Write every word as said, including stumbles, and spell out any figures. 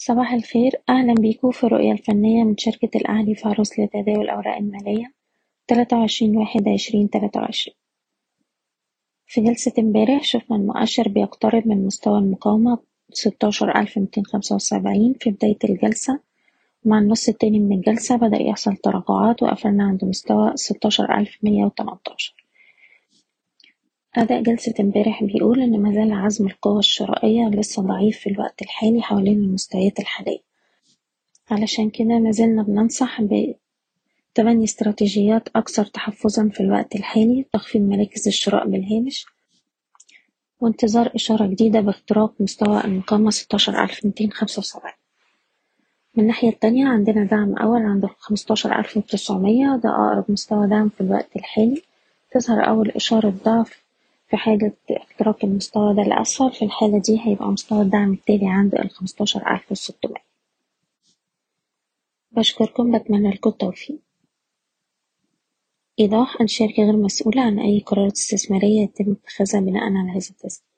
صباح الخير، أهلا بيكم في الرؤية الفنية من شركة الأهلي فاروس لتداول الأوراق المالية تلاتة وعشرين واحد عشرين تلاتة وعشرين. في جلسة امبارح شفنا المؤشر بيقترب من مستوى المقاومة ستاشر ألف ميتين خمسة وسبعين في بداية الجلسة. مع النص التاني من الجلسة بدأ يحصل تراجعات وقفلنا عند مستوى ستاشر ألف مية وتمنتاشر. أداء جلسة امبارح بيقول إن مازال عزم القوى الشرائية لسه ضعيف في الوقت الحالي حوالين المستويات الحالية، علشان كده مازلنا بننصح بتبني استراتيجيات أكثر تحفظًا في الوقت الحالي، تخفيض مراكز الشراء بالهامش، وانتظار إشارة جديدة باختراق مستوى المقاومة ستاشر ألف ميتين خمسة وسبعين. من الناحية التانية عندنا دعم أول عند خمستاشر ألف وتسعمية، ده أقرب مستوى دعم في الوقت الحالي. تظهر أول إشارة ضعف في حالة اختراق المستوى ده لأسفل، في الحالة دي هيبقى مستوى الدعم التالي عند الخمستاشر ألف وستمية. بشكركم، بتمنى لكم التوفيق. إيضاح: الشركة غير مسؤولة عن أي قرارات استثمارية يتم اتخاذها بناءً على هذا التسجيل.